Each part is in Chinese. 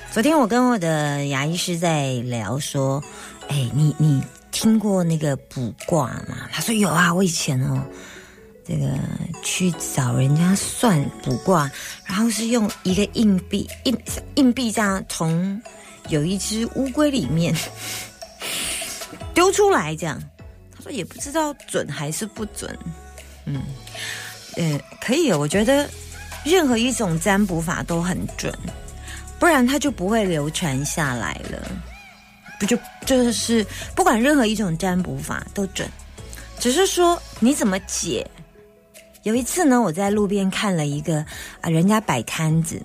昨天我跟我的牙医师在聊说，你听过那个卜卦吗？他说有啊，我以前这个去找人家算卜卦，然后是用一个硬币这样从有一只乌龟里面丢出来，这样。他说也不知道准还是不准。可以，我觉得任何一种占卜法都很准，不然它就不会流传下来了。就是不管任何一种占卜法都准，只是说你怎么解。有一次呢，我在路边看了一个人家摆摊子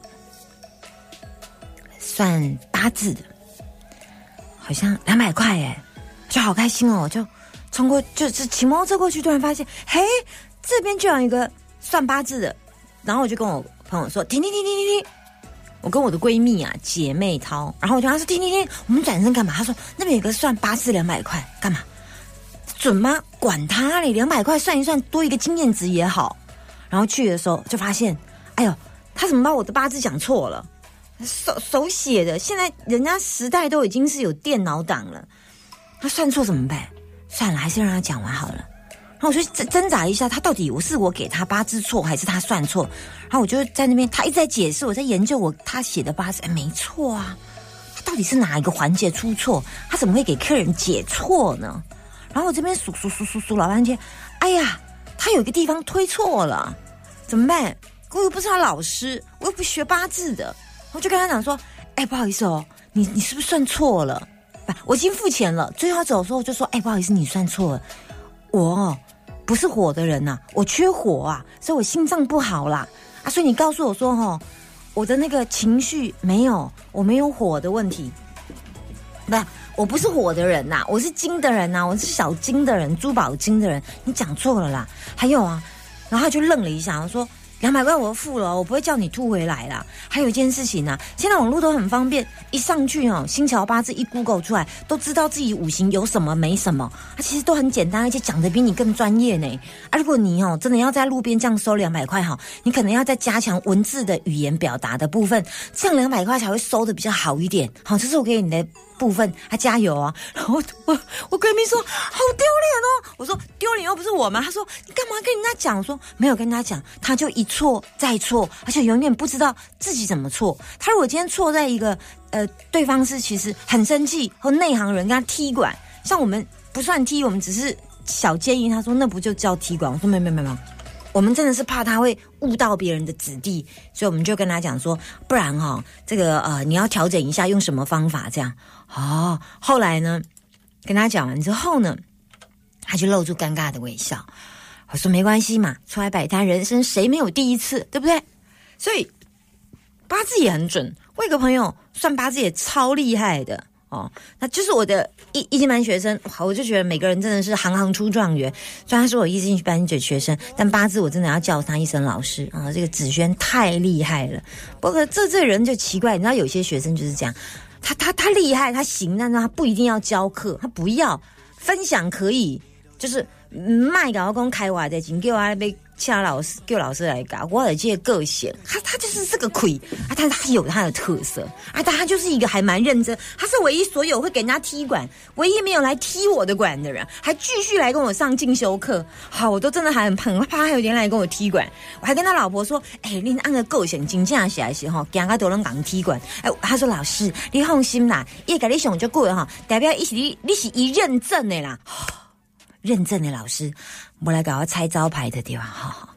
算八字的，好像200块耶，就好开心哦，我就冲过，就是骑摩托车过去，突然发现，嘿，这边就有一个算八字的，然后我就跟我朋友说，停，我跟我的闺蜜姐妹淘，然后我就跟她说，停，我们转身干嘛？她说那边有个算八字200块，干嘛？准吗？管他嘞，200块算一算，多一个经验值也好。然后去的时候就发现，哎呦，他怎么把我的八字讲错了？手写的，现在人家时代都已经是有电脑档了，他算错怎么办？算了，还是让他讲完好了。然后我就挣扎一下，他到底我给他八字错，还是他算错？然后我就在那边，他一直在解释，我在研究他写的八字，没错啊，他到底是哪一个环节出错？他怎么会给客人解错呢？然后我这边数老半天，哎呀，他有一个地方推错了，怎么办？我又不是他老师，我又不学八字的，我就跟他讲说，不好意思哦，你是不是算错了？我已经付钱了，最后走的时候我就说，不好意思，你算错了，我不是火的人我缺火啊，所以我心脏不好啦所以你告诉我说我的那个情绪我没有火的问题，我不是火的人我是金的人我是小金的人，珠宝金的人，你讲错了啦。还有然后他就愣了一下，我说200块我付了，我不会叫你吐回来啦。还有一件事情现在网络都很方便，一上去星桥八字一 Google 出来，都知道自己五行有什么没什么，其实都很简单，而且讲得比你更专业呢。如果你真的要在路边这样收200块你可能要再加强文字的语言表达的部分，这样200块才会收得比较好一点。这是我给你的部分，加油啊！然后我闺蜜说好丢脸我说丢脸又不是我吗？她说你干嘛跟人家讲？我说没有跟人家讲，他就一错再错，而且永远不知道自己怎么错。他如果今天错在一个对方是其实很生气或内行人跟他踢馆，像我们不算踢，我们只是小建议他说那不就叫踢馆？我说没有，我们真的是怕他会误到别人的子弟，所以我们就跟他讲说，不然这个你要调整一下，用什么方法这样。后来呢，跟他讲完之后呢，他就露出尴尬的微笑。我说没关系嘛，出来摆摊，人生谁没有第一次，对不对？所以八字也很准，我有个朋友算八字也超厉害的那就是我的一进班学生，我就觉得每个人真的是行行出状元。虽然他是我一进班的学生，但八字我真的要叫他一声老师这个子轩太厉害了。不过这人就奇怪，你知道有些学生就是这样，他厉害，他行，但是他不一定要教课，他不要分享可以，就是卖给我讲开话的钱，叫我要请老师，叫老师来教，我的这个个性，他就是这个魁但他有他的特色但他就是一个还蛮认真，他是唯一所有会给人家踢馆，唯一没有来踢我的馆的人，还继续来跟我上进修课。我都真的还很怕他有点来跟我踢馆。我还跟他老婆说，你按个个性真正是还是惊到都能讲踢馆。他说老师，你放心啦，伊给你想就过了代表你是一认证的啦。认证的老师，我来给我拆招牌的地方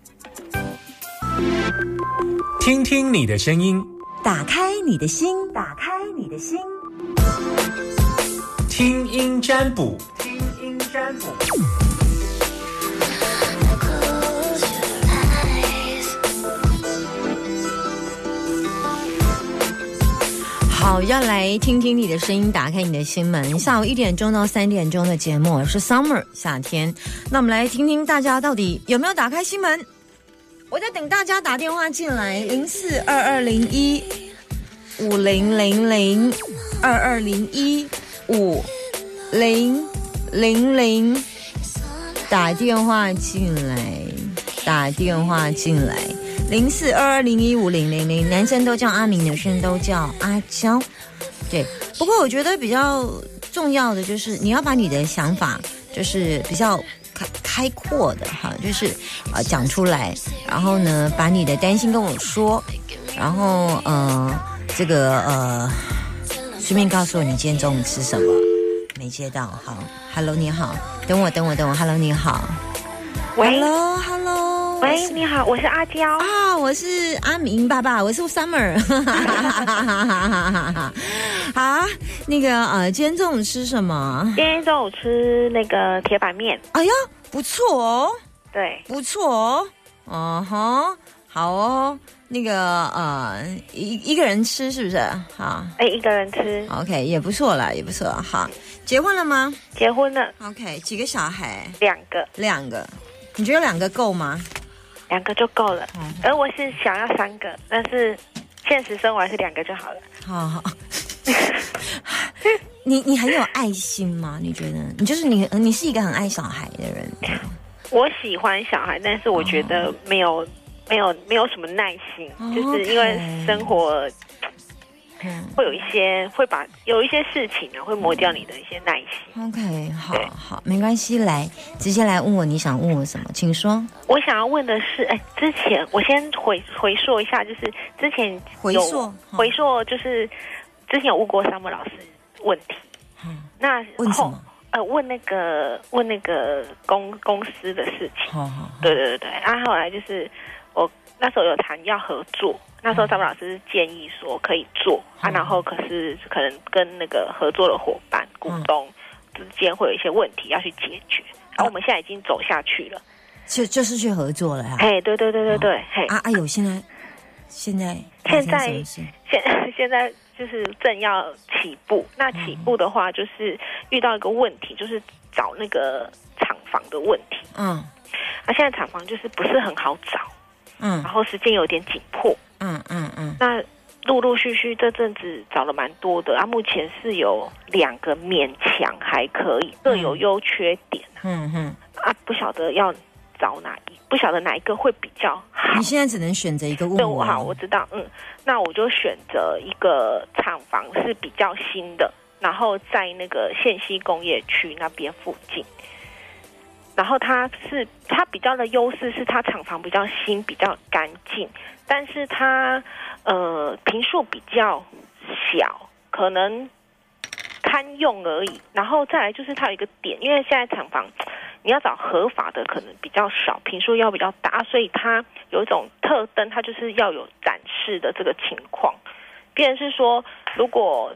听听你的声音， 打开你的心，打开你的心， 听音占卜，听音占卜。 好，要来听听你的声音，打开你的心门。下午1点钟到3点钟的节目是 Summer 夏天，那我们来听听大家到底有没有打开心门。我在等大家打电话进来，0422015000，打电话进来，打电话进来 0422015000，男生都叫阿明，女生都叫阿娇。对，不过我觉得比较重要的就是你要把你的想法就是比较开阔的哈，就是讲出来，然后呢把你的担心跟我说，然后顺便告诉我你今天中午吃什么。没接到，好 ，Hello 你好，等我 ，Hello 你好， 喂 ，Hello， 喂，你好，我是阿娇啊，我是阿明爸爸，我是 Summer， 好，那个今天中午吃什么？ 今天中午吃那个铁板面。 哎呀，不错哦， 对， 不错哦，好哦，那个一个人吃是不是？好， 一个人吃 ，OK， 也不错啦，也不错，好，结婚了吗？ 结婚了 ，OK， 几个小孩 ？2个， 你觉得2个够吗 ？2个就够了，而我是想要3个，但是现实生活还是2个就好了。 好，你很有爱心吗？你觉得？你是一个很爱小孩的人。 我喜欢小孩，但是我觉得没有什么耐心，就是因为生活会有一些事情呢，会磨掉你的一些耐心。 OK， 好，没关系，来直接来问我你想问我什么，请说。 我想要问的是，之前我先回溯一下，就是之前回溯， 就是之前有问过Summer老师问题。那问什么？ 问那个公司的事情。对。后来就是我那时候有谈要合作，那时候Summer老师建议说可以做然后可能跟那个合作的伙伴、股东之间会有一些问题要去解决。然后我们现在已经走下去了， 就是去合作了呀。 对， 有现在就是正要起步。那起步的话，就是遇到一个问题，就是找那个厂房的问题。现在厂房就是不是很好找，然后时间有点紧迫。那陆续这阵子找了蛮多的目前是有2个勉强还可以，各有优缺点。不晓得要找不晓得哪一个会比较好。 你现在只能选择一个问我。 好，我知道。那我就选择一个厂房是比较新的，然后在那个县西工业区那边附近。然后它比较的优势是它厂房比较新，比较干净，但是它坪数比较小，可能堪用而已。然后再来就是它有一个点，因为现在厂房你要找合法的可能比较少，坪数要比较大，所以它有一种特灯，它就是要有展示的这个情况。变成是说，如果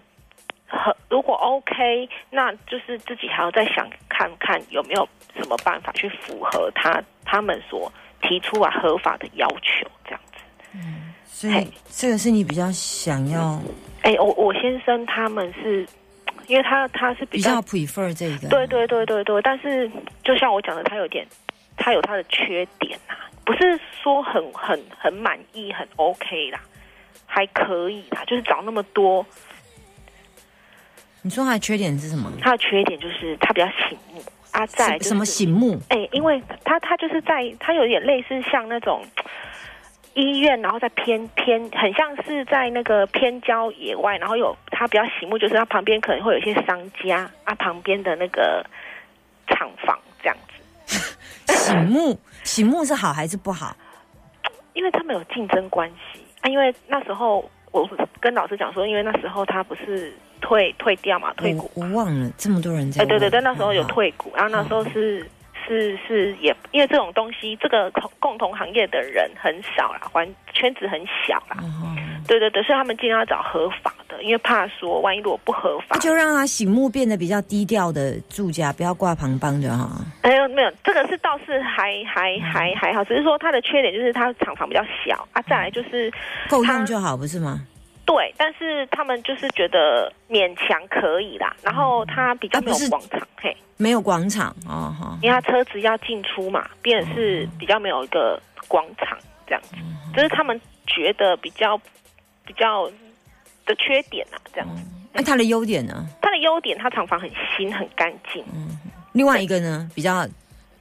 OK， 那就是自己还要再想看看有没有什么办法去符合他们所提出合法的要求，这样子。 所以这个是你比较想要？ 我先生他们是。因为他是比较 prefer 这个， 对，但是就像我讲的，他有他的缺点不是说很满意，很 OK 啦，还可以啦，就是找那么多。 你说他的缺点是什么？ 他的缺点就是他比较醒目再来就是什么醒目？ 因为他就是他有点类似像那种。医院，然后在偏，很像是在那个偏郊野外，然后它比较醒目，就是它旁边可能会有一些商家旁边的那个厂房这样子。醒目是好还是不好？因为他们有竞争关系因为那时候我跟老师讲说，因为那时候他不是退掉嘛，退股。 我忘了这么多人在问。 对，那时候有退股，然后那时候是也因为这种东西，这个共同行业的人很少啦，圈子很小啦。对，所以他们尽量要找合法的，因为怕说万一如果不合法， 就让他醒目变得比较低调的住家，不要挂旁帮就好。 没有，这个是倒是还好，只是说它的缺点就是它厂房比较小再来就是够用就好，不是吗？ 对，但是他们就是觉得勉强可以啦，然后它比较没有广场， 没有广场因为它车子要进出嘛，变成是比较没有一个广场这样子，这是他们觉得比较的缺点这样子。 它的优点呢？ 它的优点，它厂房很新很干净。 另外一个呢，比较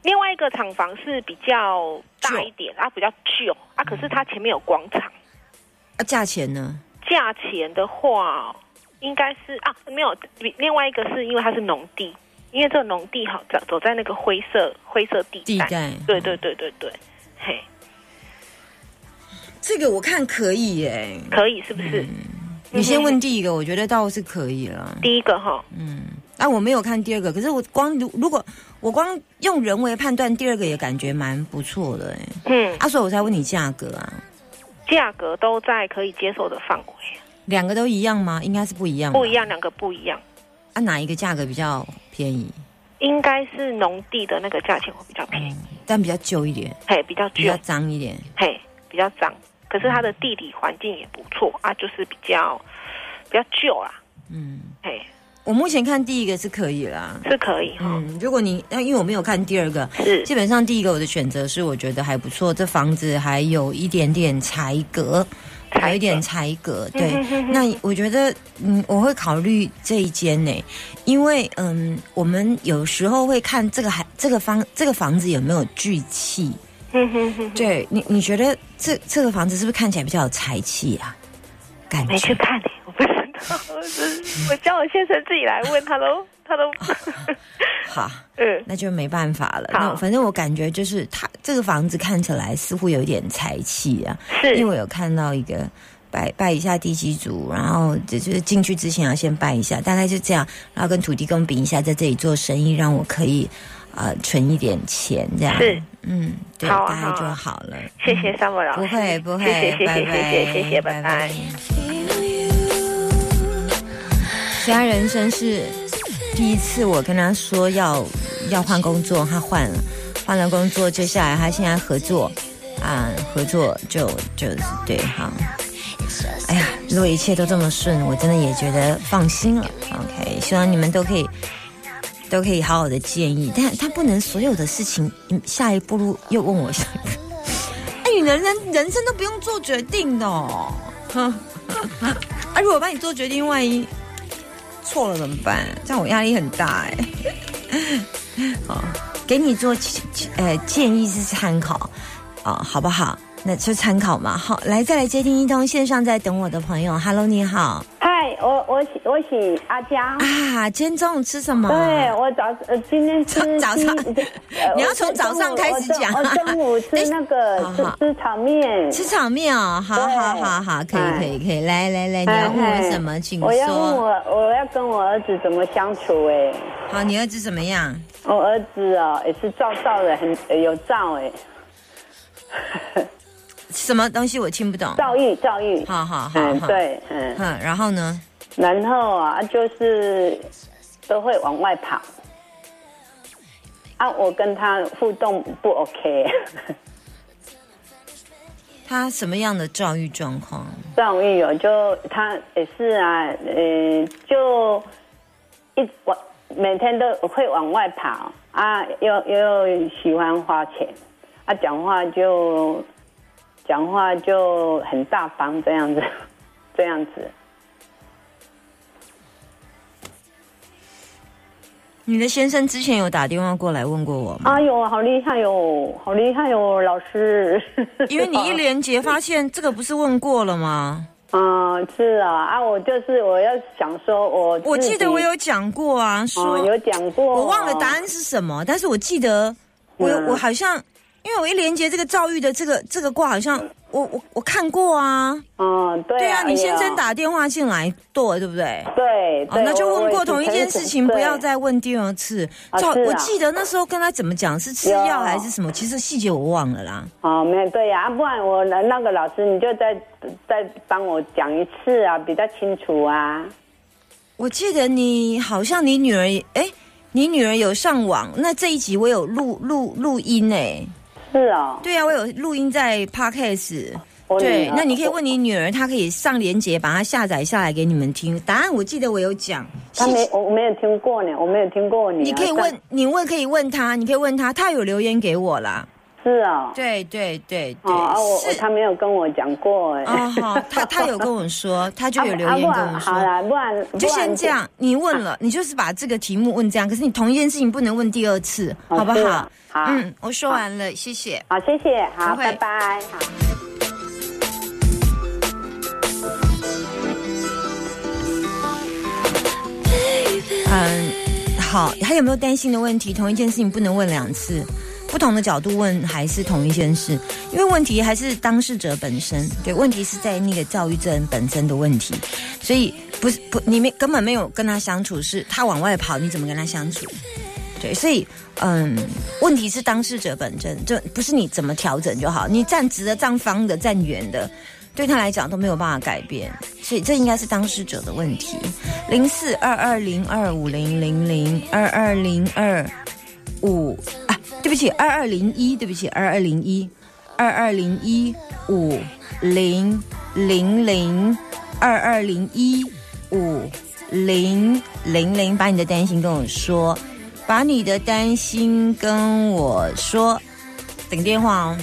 另外一个厂房是比较大一点啊，比较旧啊，可是它前面有广场。 啊，价钱呢？ 价钱的话，应该是没有，另外一个是因为它是农地，因为这个农地好走在那个灰色地带。对，嘿。 这个我看可以耶， 可以是不是？ 你先问第一个，我觉得倒是可以了。 第一个哈， 我没有看第二个，可是我如果我光用人为判断，第二个也感觉蛮不错的哎。所以我才问你价格啊。 价格都在可以接受的范围。 两个都一样吗？应该是不一样。 不一样，两个不一样。 哪一个价格比较便宜？ 应该是农地的那个价钱会比较便宜， 但比较旧一点。 嘿，比较旧， 比较脏一点。 嘿，比较脏。可是它的地理环境也不错啊，就是比较旧啦。嘿，我目前看第一个是可以啦， 是可以哈。 如果你因为我没有看第二个，基本上第一个我的选择是我觉得还不错，这房子还有一点点才格，有一点才格。对，那我觉得我会考虑这一间呢，因为我们有时候会看这个房子有没有聚气。对，你觉得这个房子是不是看起来比较有财气啊？感觉没去看我不知道，我叫我先生自己来问，他都好，那就没办法了。那反正我感觉就是他这个房子看起来似乎有一点财气啊，是因为我有看到一个拜一下地基主，然后就是进去之前要先拜一下，大概就这样，然后跟土地公比一下，在这里做生意，让我可以存一点钱，这样是。对，大概就好了。 谢谢Summer老师， 不会， 谢谢，拜拜。 虽然人生是第一次，我跟他说要换工作，他换了工作，接下来他现在合作就是对，好。哎呀，如果一切都这么顺，我真的也觉得放心了。OK， 希望你们都可以好好的建议，但他不能所有的事情下一步又问我下一步。你人生都不用做决定的哦。如果帮你做决定，万一错了怎么办？这样我压力很大哎。好，给你做建议是参考好不好？那就参考嘛。好，再来接听一通线上在等我的朋友。Hello， 你好。 嗨，我是阿佳啊。今天中午吃什么？ 对，我今天吃早上，你要从早上开始讲。 我中午吃那个吃炒面。 吃炒面哦，好，可以，来，你要问我什么，请说。 我要跟我儿子怎么相处哎。 好，你儿子怎么样？ 我儿子也是躁的，很有躁哎。 什么东西我听不懂？ 躁郁。 好， 对， 然后呢？ 然后就是都会往外跑。我跟他互动不 OK。 他什么样的躁郁状况？ 躁郁就他也是就每天都会往外跑又喜欢花钱讲话就很大方这样子。 你的先生之前有打电话过来问过我吗？ 哎呦，好厉害哟，老师。 因为你一连结发现这个不是问过了吗？ 是我要想说我记得我有讲过啊，说有讲过， 我忘了答案是什么，但是我记得我好像。因为我一连接这个躁郁的这个卦，好像我看过啊。对啊，你先生打电话进来对不对？ 对。 那就问过同一件事情，不要再问第二次。我记得那时候跟他怎么讲，是吃药还是什么？其实细节我忘了啦。 没有对呀，不然我那个老师你就再帮我讲一次啊，比较清楚啊。 我记得你好像你女儿有上网，那这一集我有录音哎。 是哦， 对啊，我有录音在 Podcast。对，那你可以问你女儿，她可以上连结，把它下载下来给你们听。答案我记得我有讲， 我没有听过呢，我没有听过你。 你可以问，可以问她，她有留言给我啦。 是哦。 对对对对， 他没有跟我讲过哎。 哦，好，他有跟我说，他就有留言跟我说。 好啦，不然就先这样，你问了，你就是把这个题目问这样，可是你同一件事情不能问第二次，好不好？ 好， 我说完了，谢谢。 好，谢谢，好，拜拜，好。 好，还有没有担心的问题？同一件事情不能问两次，不同的角度问还是同一件事，因为问题还是当事者本身，对，问题是在那个躁郁症本身的问题，所以你根本没有跟他相处，是他往外跑，你怎么跟他相处？对，所以问题是当事者本身，就不是你怎么调整就好，你站直的、站方的、站圆的。对他来讲都没有办法改变，所以这应该是当事者的问题。04220250002202对不起2201，对不起22012201500022015000，把你的担心跟我说，把你的担心跟我说，等电话哦，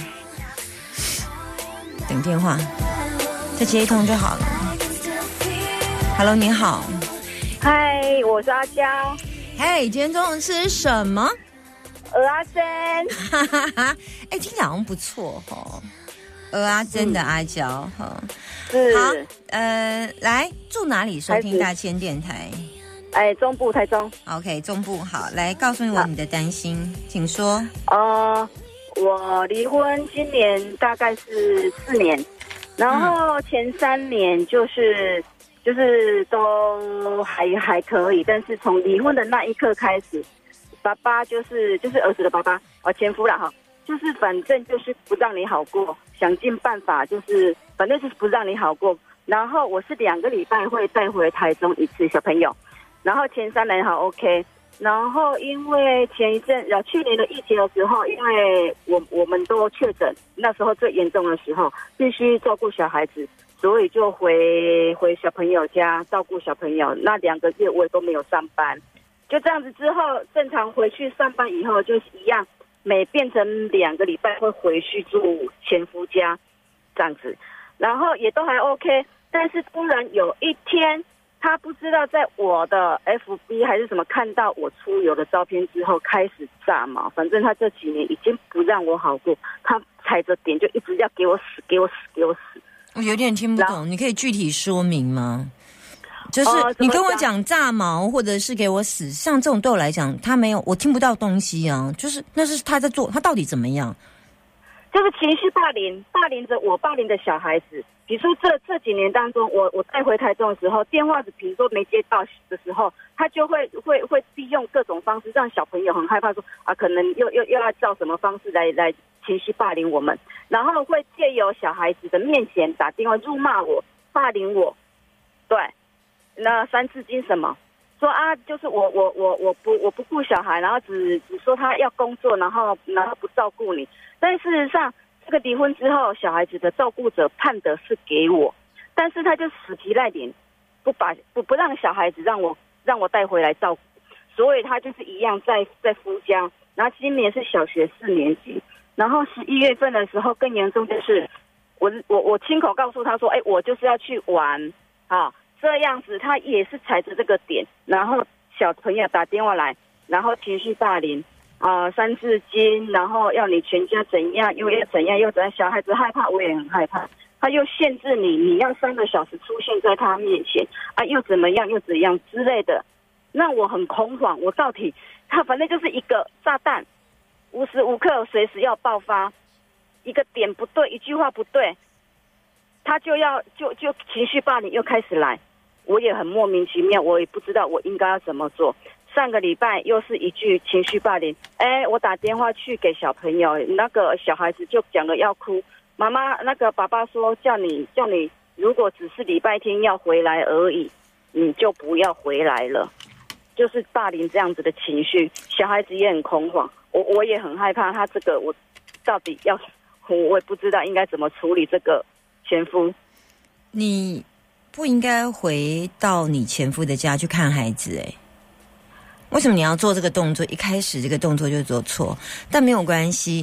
等电话。再接一通就好了。Hello， 你好。 嗨，我是阿娇。 嘿，今天中午吃什么？ 蚵仔煎。 哈哈哈，听起来好像不错哦。蚵仔煎的阿娇哈。 是。 好，来住哪里收听大千电台？ 中部台中。 OK， 中部好，来告诉我你的担心，请说。 我离婚今年大概是4年。然后前3年就是都还可以，但是从离婚的那一刻开始，爸爸就是儿子的爸爸前夫啦哈，就是反正就是不让你好过，想尽办法就是反正就是不让你好过。然后我是2个礼拜会带回台中一次小朋友，然后前3年好 OK。然后因为去年的疫情的时候，因为我们都确诊，那时候最严重的时候，必须照顾小孩子，所以就回小朋友家照顾小朋友。那2个月我也都没有上班，就这样子之后正常回去上班以后，就一样每变成2个礼拜会回去住前夫家这样子，然后也都还 OK。但是突然有一天，他不知道在我的 FB 还是什么看到我出游的照片之后开始炸毛，反正他这几年已经不让我好过，他踩着点就一直要给我死。 我有点听不懂，你可以具体说明吗？就是你跟我讲炸毛或者是给我死，像这种对我来讲他没有，我听不到东西啊，就是那是他在做，他到底怎么样？ 就是情绪霸凌着我，霸凌的小孩子。比如说这几年当中，我带回台中的时候，电话比如说没接到的时候，他就会利用各种方式让小朋友很害怕说可能又要照什么方式来情绪霸凌我们，然后会借由小孩子的面前打电话辱骂我，霸凌我，对，那3字经什么？说就是我不顾小孩，然后只说他要工作，然后不照顾你。但事实上，这个离婚之后，小孩子的照顾者判的是给我，但是他就死皮赖脸，不让小孩子让我带回来照顾，所以他就是一样在夫家。然后今年是小学4年级，然后11月份的时候更严重，就是我亲口告诉他说，我就是要去玩，这样子他也是踩着这个点，然后小朋友打电话来，然后情绪霸凌。3字经，然后要你全家怎样，又要怎样，小孩子害怕，我也很害怕。他又限制你要3个小时出现在他面前，又怎么样，又怎样之类的。那我很恐慌，我到底他反正就是一个炸弹，无时无刻随时要爆发，一个点不对，一句话不对，他就情绪霸凌又开始来，我也很莫名其妙，我也不知道我应该要怎么做。上个礼拜又是一句情绪霸凌，我打电话去给小朋友，那个小孩子就讲了要哭，妈妈那个爸爸说叫你如果只是礼拜天要回来而已，你就不要回来了，就是霸凌这样子的情绪，小孩子也很恐慌，我也很害怕他这个，我到底我也不知道应该怎么处理这个前夫。 你不应该回到你前夫的家去看孩子为什么你要做这个动作？一开始这个动作就做错，但没有关系。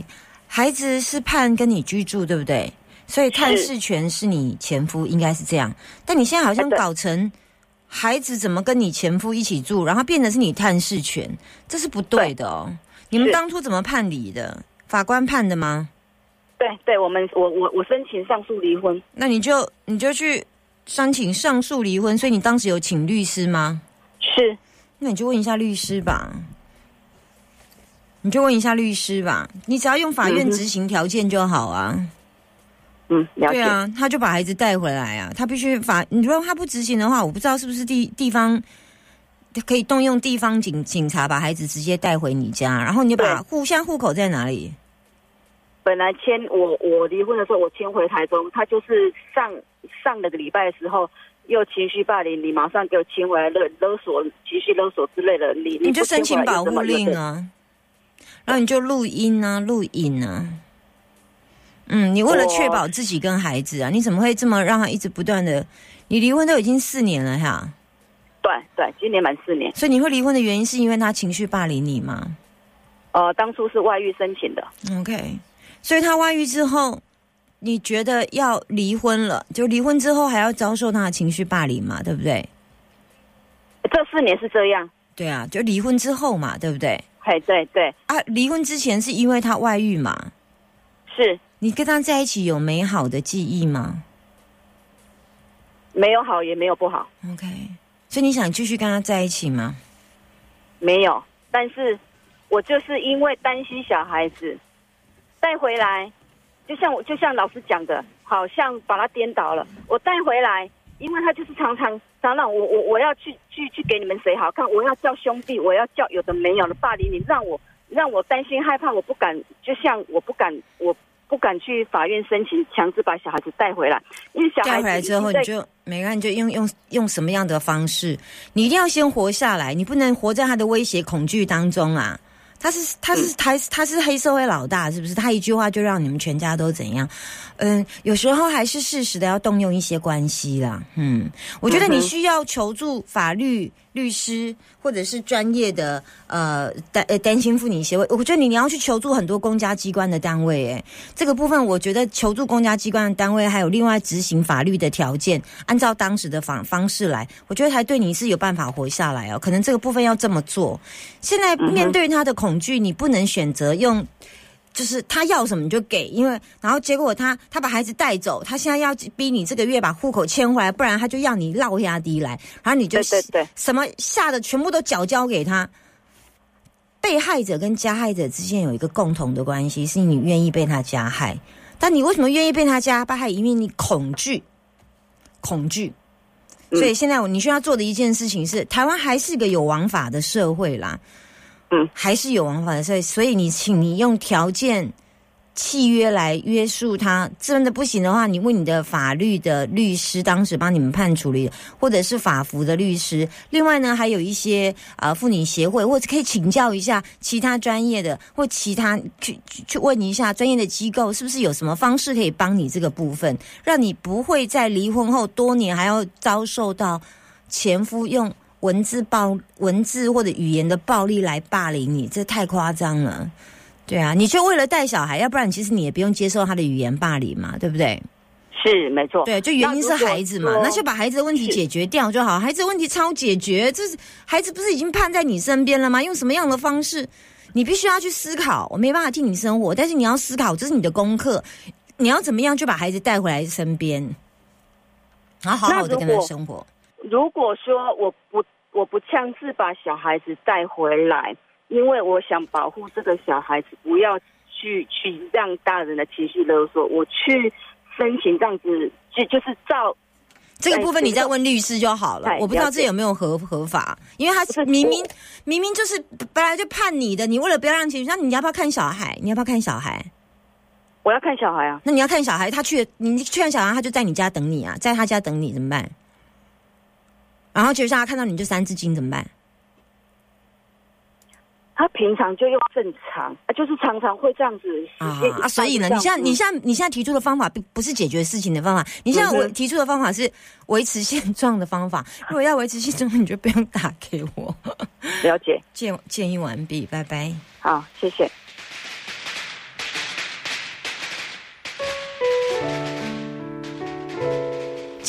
孩子是判跟你居住，对不对？所以探视权是你前夫，应该是这样。但你现在好像搞成孩子怎么跟你前夫一起住，然后变成是你探视权，这是不对的哦。你们当初怎么判离的？法官判的吗？ 对，我申请上诉离婚。 那你就去申请上诉离婚，所以你当时有请律师吗？ 是。 那你就问一下律师吧。你只要用法院执行条件就好啊。 了解。 对啊，他就把孩子带回来啊，他必须你如果他不执行的话，我不知道是不是地方可以动用地方警察把孩子直接带回你家，然后你就把现在户口在哪里？ 本来我离婚的时候，我迁回台中，他就是上了个礼拜的时候又情绪霸凌，你马上给我迁回来勒索、情绪勒索之类的，你就申请保护令啊，然后你就录音啊、录影啊。你为了确保自己跟孩子啊，你怎么会这么让他一直不断的？你离婚都已经4年了哈。 对，今年满4年。 所以你会离婚的原因是因为他情绪霸凌你吗？ 当初是外遇申请的。 OK， 所以他外遇之后，你觉得要离婚了，就离婚之后还要遭受他的情绪霸凌嘛，对不对？ 这4年是这样。 对啊，就离婚之后嘛，对不对？ 对。 啊，离婚之前是因为他外遇嘛？ 是。 你跟他在一起有美好的记忆吗？ 没有好也没有不好。 OK， 所以你想继续跟他在一起吗？ 没有，但是我就是因为担心小孩子带回来，就像老师讲的，好像把他颠倒了。我带回来，因为他就是常常我要去给你们谁好看，我要叫兄弟，我要叫有的没有的霸凌你，让我担心害怕，我不敢，就像我不敢去法院申请强制把小孩子带回来，因为小孩子带回来之后，你就每个人就用什么样的方式，你一定要先活下来，你不能活在他的威胁恐惧当中啊！他是黑社会老大，是不是？他一句话就让你们全家都怎样？有时候还是适时的要动用一些关系啦。我觉得你需要求助法律律师或者是专业的单亲妇女协会。我觉得你要去求助很多公家机关的单位。这个部分我觉得求助公家机关的单位，还有另外执行法律的条件，按照当时的方式来，我觉得才对你是有办法活下来哦。可能这个部分要这么做。现在面对他的恐惧，你不能选择用。就是他要什么你就给，因为然后结果他把孩子带走，他现在要逼你这个月把户口迁回来，不然他就要你落下地来，然后你就对什么下的全部都缴交给他。被害者跟加害者之间有一个共同的关系，是你愿意被他加害，但你为什么愿意被他加害？因为你恐惧。所以现在你需要做的一件事情是，台湾还是个有王法的社会啦。还是有王法的，所以请你用条件契约来约束他，真的不行的话，你问你的法律的律师，当时帮你们判处理，或者是法服的律师。另外呢，还有一些妇女协会，或者可以请教一下其他专业的，或其他去问一下专业的机构，是不是有什么方式可以帮你这个部分，让你不会在离婚后多年还要遭受到前夫用文字或者语言的暴力来霸凌你，这太夸张了。对啊，你就为了带小孩，要不然其实你也不用接受他的语言霸凌嘛，对不对？ 是没错。 对，就原因是孩子嘛，那就把孩子的问题解决掉就好。孩子的问题超解决，这是孩子不是已经判在你身边了吗？用什么样的方式，你必须要去思考。我没办法替你生活，但是你要思考，这是你的功课。你要怎么样就把孩子带回来身边，然后好好的跟他生活。 如果说我不强制把小孩子带回来，因为我想保护这个小孩子，不要去让大人的情绪勒索，我去申请这样子，就是照这个部分你再问律师就好了。我不知道这有没有合法，因为他是明明就是本来就判你的，你为了不要让情绪，那你要不要看小孩？你要不要看小孩？ 我要看小孩啊。 那你要看小孩，你去看小孩，他就在你家等你啊，在他家等你怎么办？然后就是他看到你就3字经怎么办？ 他平常就用正常，就是常常会这样子所以呢，你现在提出的方法不是解决事情的方法，你现在我提出的方法是维持现状的方法。如果要维持现状，你就不用打给我。 了解， 建议完毕，拜拜。 好，谢谢。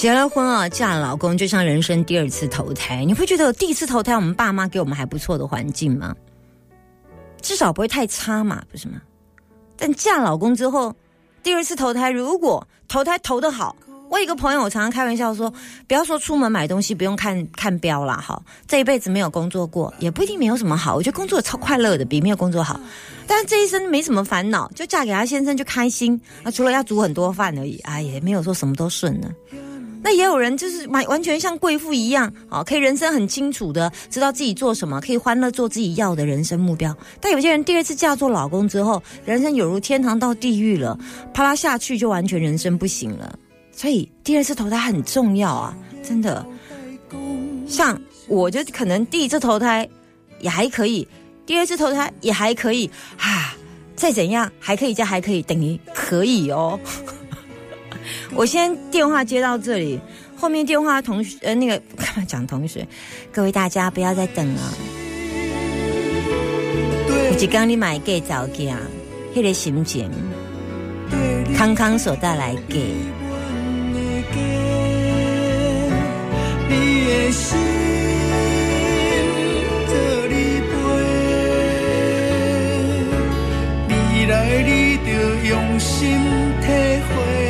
结了婚啊，嫁了老公，就像人生第二次投胎。你会觉得第一次投胎，我们爸妈给我们还不错的环境吗？至少不会太差嘛，不是吗？但嫁老公之后，第二次投胎，如果投胎投得好，我有一个朋友，我常常开玩笑说，不要说出门买东西不用看标啦，好，这一辈子没有工作过，也不一定没有什么好。我觉得工作超快乐的，比没有工作好。但是这一生没什么烦恼，就嫁给他先生就开心。除了要煮很多饭而已，也没有说什么都顺了。那也有人就是完全像贵妇一样，可以人生很清楚的知道自己做什么，可以欢乐做自己要的人生目标。但有些人第二次嫁做老公之后，人生有如天堂到地狱了，啪啦下去就完全人生不行了。所以第二次投胎很重要啊，真的。像我就可能第一次投胎也还可以，第二次投胎也还可以再怎样还可以加还可以等于可以哦。我先电话接到这里，后面电话同学那个干嘛讲同学？各位大家不要再等了。有一天你买给早家，那个心情，康康所带来给。你的心做你陪，未来你就用心体会。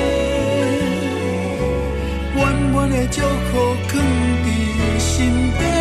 祝福藏在心底。